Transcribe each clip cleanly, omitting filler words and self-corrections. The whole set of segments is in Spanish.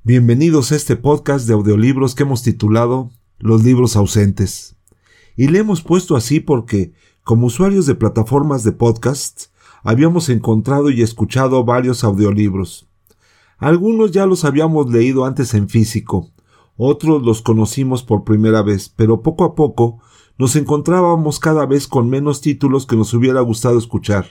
Bienvenidos a este podcast de audiolibros que hemos titulado Los libros ausentes. Y le hemos puesto así porque, como usuarios de plataformas de podcast, habíamos encontrado y escuchado varios audiolibros. Algunos ya los habíamos leído antes en físico, otros los conocimos por primera vez, pero poco a poco nos encontrábamos cada vez con menos títulos que nos hubiera gustado escuchar.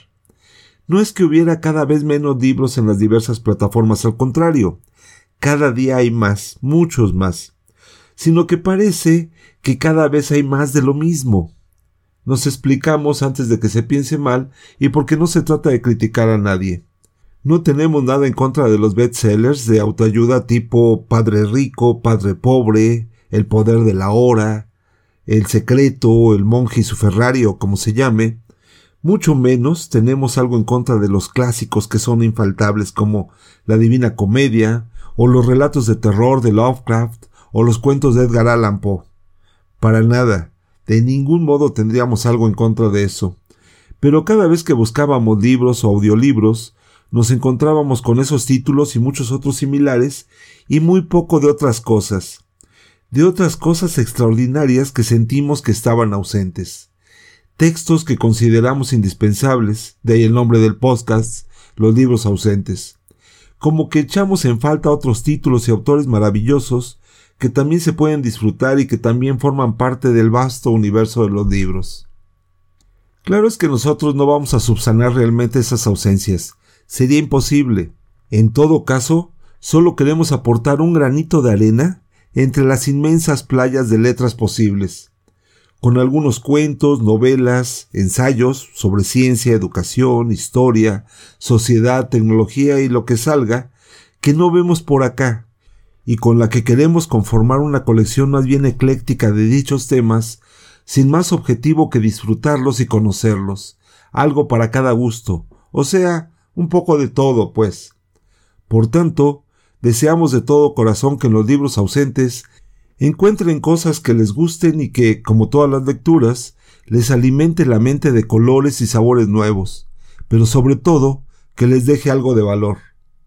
No es que hubiera cada vez menos libros en las diversas plataformas, al contrario, cada día hay más, muchos más, sino que parece que cada vez hay más de lo mismo. Nos explicamos antes de que se piense mal y porque no se trata de criticar a nadie. No tenemos nada en contra de los bestsellers de autoayuda tipo Padre Rico, Padre Pobre, El Poder de la Hora, El Secreto, El Monje y su Ferrari o como se llame. Mucho menos tenemos algo en contra de los clásicos que son infaltables como La Divina Comedia, o los relatos de terror de Lovecraft, o los cuentos de Edgar Allan Poe. Para nada, de ningún modo tendríamos algo en contra de eso. Pero cada vez que buscábamos libros o audiolibros, nos encontrábamos con esos títulos y muchos otros similares, y muy poco de otras cosas. De otras cosas extraordinarias que sentimos que estaban ausentes. Textos que consideramos indispensables, de ahí el nombre del podcast, Los libros ausentes. Como que echamos en falta otros títulos y autores maravillosos que también se pueden disfrutar y que también forman parte del vasto universo de los libros. Claro es que nosotros no vamos a subsanar realmente esas ausencias. Sería imposible. En todo caso, solo queremos aportar un granito de arena entre las inmensas playas de letras posibles, con algunos cuentos, novelas, ensayos sobre ciencia, educación, historia, sociedad, tecnología y lo que salga, que no vemos por acá, y con la que queremos conformar una colección más bien ecléctica de dichos temas, sin más objetivo que disfrutarlos y conocerlos, algo para cada gusto, o sea, un poco de todo, pues. Por tanto, deseamos de todo corazón que en los libros ausentes encuentren cosas que les gusten y que, como todas las lecturas, les alimente la mente de colores y sabores nuevos, pero sobre todo, que les deje algo de valor.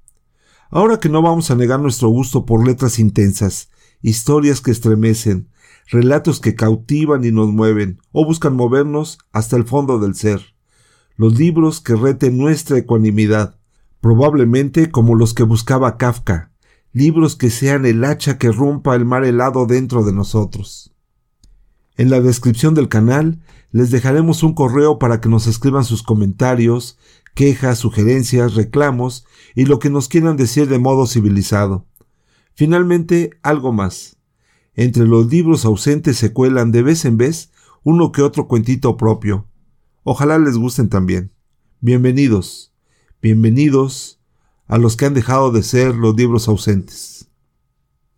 Ahora que no vamos a negar nuestro gusto por letras intensas, historias que estremecen, relatos que cautivan y nos mueven, o buscan movernos hasta el fondo del ser, los libros que reten nuestra ecuanimidad, probablemente como los que buscaba Kafka, libros que sean el hacha que rompa el mar helado dentro de nosotros. En la descripción del canal les dejaremos un correo para que nos escriban sus comentarios, quejas, sugerencias, reclamos y lo que nos quieran decir de modo civilizado. Finalmente, algo más. Entre los libros ausentes se cuelan de vez en vez uno que otro cuentito propio. Ojalá les gusten también. Bienvenidos a los que han dejado de ser los libros ausentes.